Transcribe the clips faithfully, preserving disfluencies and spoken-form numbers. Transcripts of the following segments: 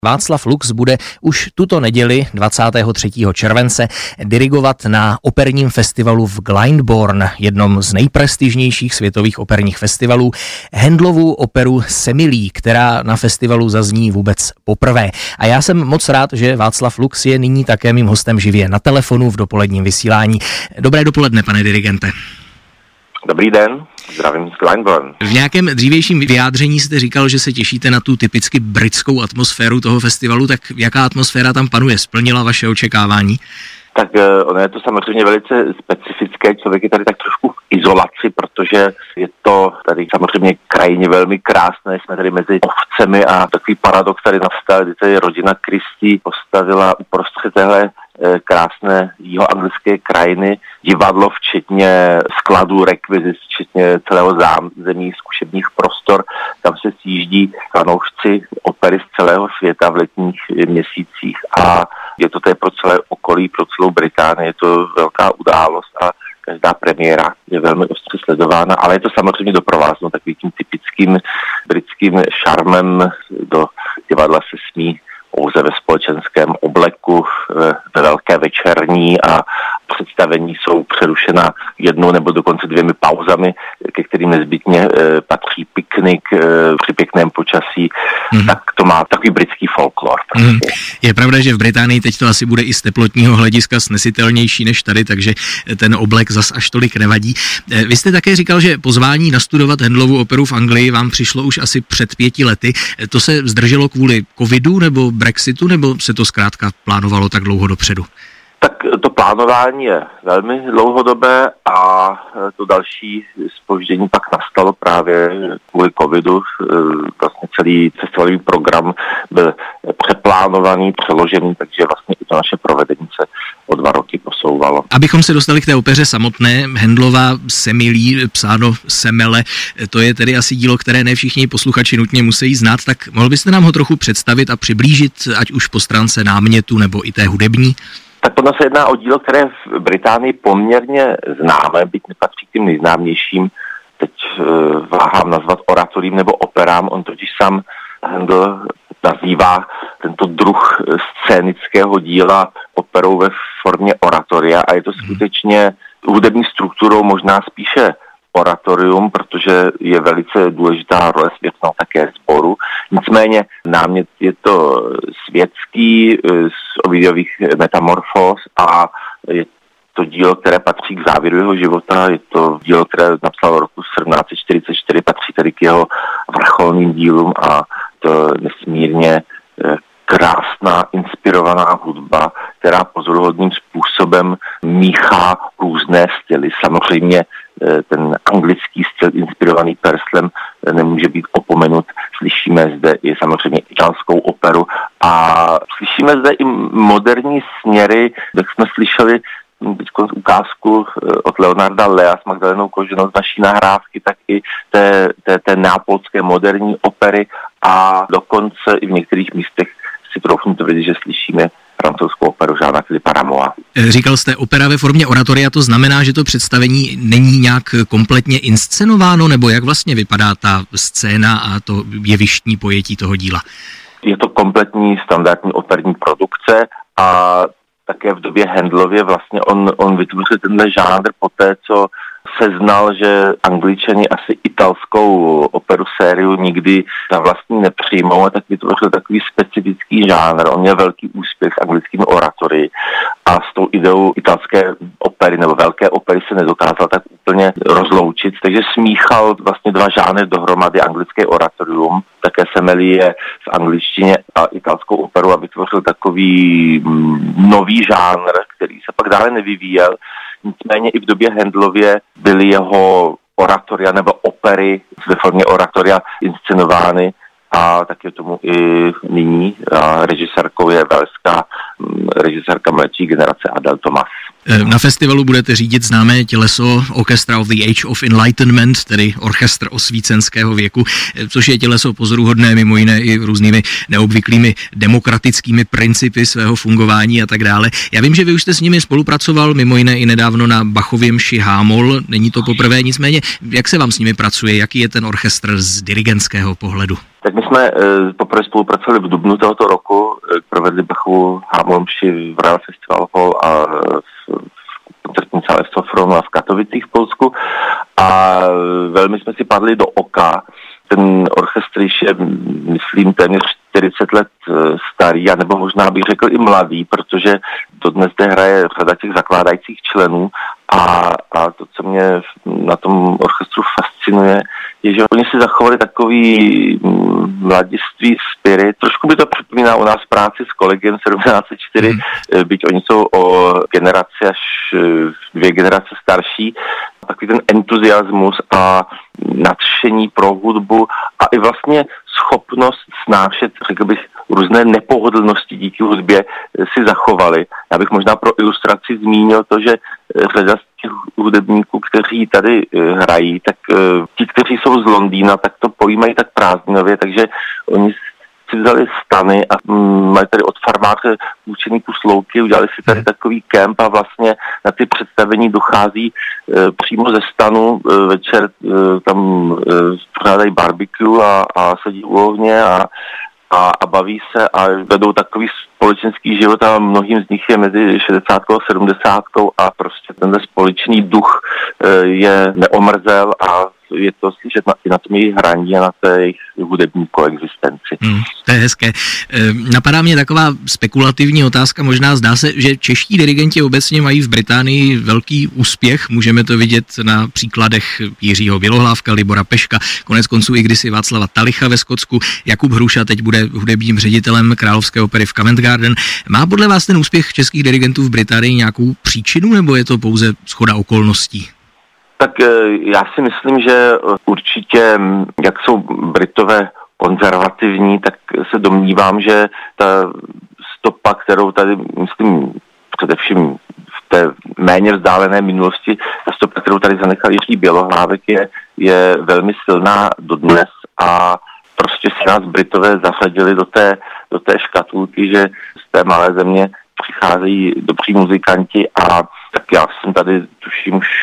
Václav Lux bude už tuto neděli dvacátého třetího července dirigovat na operním festivalu v Glyndebourne, jednom z nejprestižnějších světových operních festivalů, Handlovu operu Semilí, která na festivalu zazní vůbec poprvé. A já jsem moc rád, že Václav Lux je nyní také mým hostem živě na telefonu v dopoledním vysílání. Dobré dopoledne, pane dirigente. Dobrý den, zdravím z Glyndebourne. V nějakém dřívějším vyjádření jste říkal, že se těšíte na tu typicky britskou atmosféru toho festivalu, tak jaká atmosféra tam panuje? Splnila vaše očekávání? Tak ono je to samozřejmě velice specifické, člověk je tady tak trošku v izolaci, protože je to tady samozřejmě krajině velmi krásné, jsme tady mezi ovcemi a takový paradox tady nastal, kdy tady rodina Christie postavila uprostřed téhle krásné jihoanglické krajiny divadlo, včetně skladů, rekvizic, včetně celého zázemí, zkušebních prostor. Tam se sjíždí fanoušci opery z celého světa v letních měsících a je to tady pro celé okolí, pro celou Británii, je to velká událost a každá premiéra je velmi ostře sledována, ale je to samozřejmě doprovázeno takovým tím typickým britským šarmem. Do divadla se smí pouze ve společenském obleku, ve velké večerní a představení jsou přerušena jednou nebo dokonce dvěmi pauzami, ke kterým nezbytně e, patří piknik e, při pěkném počasí, mm. tak to má takový britský folklor. Mm. Je pravda, že v Británii teď to asi bude i z teplotního hlediska snesitelnější než tady, takže ten oblek zas až tolik nevadí. E, vy jste také říkal, že pozvání nastudovat Handlovu operu v Anglii vám přišlo už asi před pěti lety. E, to se zdrželo kvůli covidu nebo Brexitu, nebo se to zkrátka plánovalo tak dlouho dopředu? Tak to plánování je velmi dlouhodobé a to další zpoždění pak nastalo právě kvůli covidu. Vlastně celý festivalový program byl přeplánovaný, přeložený, takže vlastně i to naše provedení se o dva roky posouvalo. Abychom se dostali k té opeře samotné, Handlova Semilí, psáno Semele, to je tedy asi dílo, které ne všichni posluchači nutně musí znát, tak mohl byste nám ho trochu představit a přiblížit, ať už po stránce námětu nebo i té hudební? Tak ono se jedná o dílo, které v Británii poměrně známé, byť nepatří k tím nejznámějším. Teď uh, váhám nazvat oratorím nebo operám. On totiž sám Handel nazývá tento druh scénického díla operou ve formě oratoria a je to skutečně hudební strukturou možná spíše oratorium, protože je velice důležitá role světnou také sboru. Nicméně námět je to světský z Ovidiových metamorfóz a je to dílo, které patří k závěru jeho života. Je to dílo, které napsal v roku sedmnáct set čtyřicet čtyři, patří tedy k jeho vrcholným dílům a to nesmírně krásná, inspirovaná hudba, která pozoruhodným způsobem míchá různé styly. Samozřejmě ten anglický styl inspirovaný Purcellem nemůže být opomenut. Slyšíme zde i samozřejmě italskou operu a slyšíme zde i moderní směry, jak jsme slyšeli teď ukázku od Leonarda Lea s Magdalenou Koženou z naší nahrávky, tak i té, té, té neapolské moderní opery a dokonce i v některých místech si troufnu tvrdit, že slyšíme francouzskou operu Jeana Philippa Rameaua. Říkal jste opera ve formě oratoria, to znamená, že to představení není nějak kompletně inscenováno, nebo jak vlastně vypadá ta scéna a to jevištní pojetí toho díla? Je to kompletní standardní operní produkce a také v době Handlově vlastně on, on vytvořil tenhle žánr poté, co seznal, že Angličani asi italskou operu sériu nikdy na vlastní nepřijmou a tak vytvořil takový specifický žánr. On měl velký úspěch s anglickými oratory a s tou ideou italské opery nebo velké opery se nedokázal tak úplně rozloučit, takže smíchal vlastně dva žánry dohromady, anglické oratorium, také Semilí je v angličtině a italskou operu a vytvořil takový nový žánr, který se pak dále nevyvíjel. Nicméně i v době Handlově byly jeho oratoria nebo opery ve formě oratoria inscenovány a tak je tomu i nyní. A režisérkou je velská režisérka mladší generace Adele Thomas. Na festivalu budete řídit známé těleso Orchestra of the Age of Enlightenment, tedy orchestr osvícenského věku, což je těleso pozoruhodné mimo jiné i různými neobvyklými demokratickými principy svého fungování a tak dále. Já vím, že vy už jste s nimi spolupracoval mimo jiné i nedávno na Bachově mši H-moll, není to poprvé, nicméně jak se vám s nimi pracuje, jaký je ten orchestr z dirigentského pohledu? Tak my jsme e, poprvé spolupracovali v dubnu tohoto roku, e, provedli Bachovu H-moll mši v Royal Festival Hall a v, v koncertní sále v Sofronu a v Katovicích v Polsku a velmi jsme si padli do oka. Ten orchestr je, myslím, téměř čtyřicet let starý, a nebo možná bych řekl i mladý, protože dodnes zde hraje řada těch zakládajících členů a, a to, co mě na tom orchestru fascinuje, je, že oni si zachovali takový mladiství spirit. Trošku by to připomíná u nás práci s kolegiem sedmnáct set čtyři, mm. byť oni jsou o generaci až dvě generace starší. Takový ten entuziasmus a nadšení pro hudbu a i vlastně schopnost snášet, řekl bych, různé nepohodlnosti díky hudbě si zachovali. Já bych možná pro ilustraci zmínil to, že řada z těch hudebníků, kteří tady hrají, tak ti, kteří jsou z Londýna, tak to pojímají tak prázdninově, takže oni si vzali stany a mají tady od farmáře učeníků Slouky, udělali si tady takový kemp a vlastně na ty představení dochází e, přímo ze stanu, e, večer e, tam e, pořádají barbecue a, a sedí u ohně a, a, a baví se a vedou takový společenský život a mnohým z nich je mezi šedesátkou a sedmdesátkou a prostě tenhle společný duch e, je neomrzel a je to slyšet na, i na tom jejich hraní a na té jejich hudební koexistenci. Hmm, to je hezké. E, napadá mě taková spekulativní otázka, možná zdá se, že čeští dirigenti obecně mají v Británii velký úspěch, můžeme to vidět na příkladech Jiřího Bělohlávka, Libora Peška, konec konců i kdysi Václava Talicha ve Skotsku, Jakub Hruša teď bude hudebním ředitelem Královské opery v Covent Garden. Má podle vás ten úspěch českých dirigentů v Británii nějakou příčinu, nebo je to pouze shoda okolností? Tak já si myslím, že určitě, jak jsou Britové konzervativní, tak se domnívám, že ta stopa, kterou tady, myslím, především v té méně vzdálené minulosti, ta stopa, kterou tady zanechal Jiří Bělohlávek, je, je velmi silná dodnes a prostě si nás Britové zařadili do té, do té škatulky, že z té malé země přicházejí dobří muzikanti a tak já jsem tady, tuším, už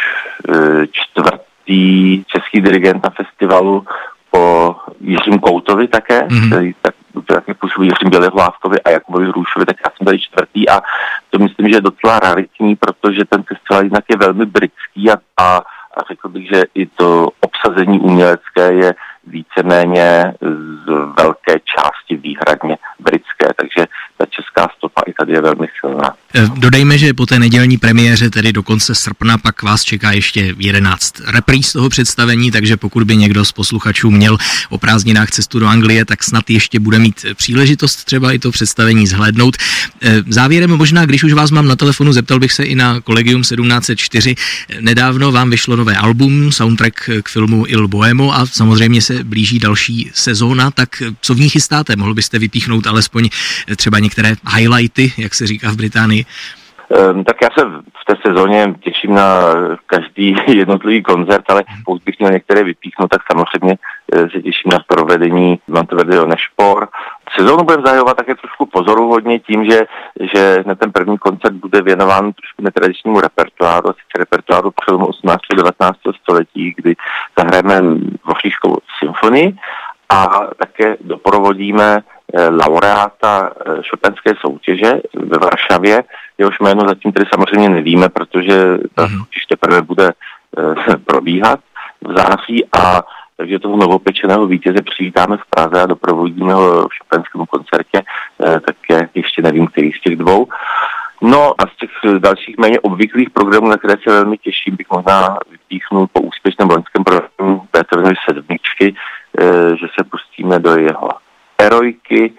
čtvrtý český dirigent na festivalu po Jiřím Koutovi také, mm-hmm. který tak, také působí Jiřím Bělohlávkovi a Jakubovi Hrušovi, tak já jsem tady čtvrtý a to myslím, že je docela raritní, protože ten festival jinak je velmi britský a, a, a řekl bych, že i to obsazení umělecké je víceméně z velké části výhradně britské, takže ta česká stopa i tady je velmi silná. Dodejme, že po té nedělní premiéře, tedy do konce srpna, pak vás čeká ještě jedenáct repríz toho představení, takže pokud by někdo z posluchačů měl o prázdninách cestu do Anglie, tak snad ještě bude mít příležitost třeba i to představení zhlédnout. Závěrem možná, když už vás mám na telefonu, zeptal bych se i na Collegium sedmnáct set čtyři. Nedávno vám vyšlo nové album, soundtrack k filmu Il Bohemo a samozřejmě se blíží další sezóna, tak co v ní chystáte? Mohl byste vypíchnout alespoň třeba některé highlighty, jak se říká v Británii? Um, tak já se v té sezóně těším na každý jednotlivý koncert, ale pokud bych měl některé vypíchnout, tak samozřejmě se těším na provedení Monteverdiho Nešpor. Sezónu budeme zahajovat také trošku pozoruhodně tím, že, že na ten první koncert bude věnován trošku netradičnímu repertoáru, a sice repertoáru přelomu osmnáctého a devatenáctého století, kdy zahrajeme Voříškovou symfonii a také doprovodíme laureáta šopenské soutěže ve Varšavě. Jehož jméno zatím tedy samozřejmě nevíme, protože ta soutěž teprve bude probíhat v září a takže toho novopečeného vítěze přivítáme v Praze a doprovodíme ho v šopenskému koncertě, také ještě nevím, který z těch dvou. No a z těch dalších méně obvyklých programů, na které se velmi těším, bych možná vypíchnul po úspěšném loňském programu Beethovenovy sedmičky, že se pustíme do jeho Erojky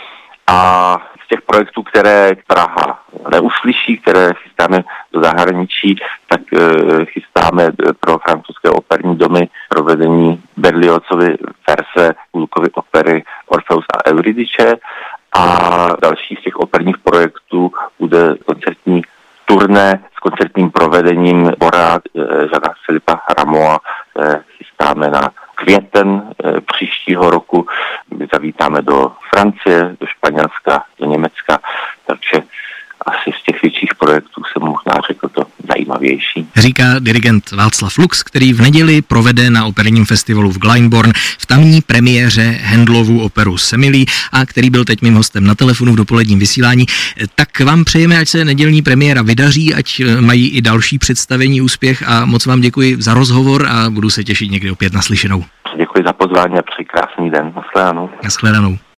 a z těch projektů, které Praha neuslyší, které chystáme do zahraničí, tak e, chystáme pro francouzské operní domy provedení Berliozovy verze Gluckovy opery Orfeus a Euridice a další z těch operních projektů bude koncertní turné s koncertní provedením Bora Žana Filipa Rameau chystáme na květen příštího roku. My zavítáme do Francie, do Španělska, do Německa, takže asi z těch větších projektů jsem možná řekl to zajímavější. Říká dirigent Václav Lux, který v neděli provede na operním festivalu v Glyndebourne v tamní premiéře Handlovu operu Semilí a který byl teď mým hostem na telefonu v dopoledním vysílání. Tak vám přejeme, ať se nedělní premiéra vydaří, ať mají i další představení úspěch a moc vám děkuji za rozhovor a budu se těšit někdy opět naslyšenou. Děkuji za pozvání a přeji krásný den. Nashledanou. Nashledanou.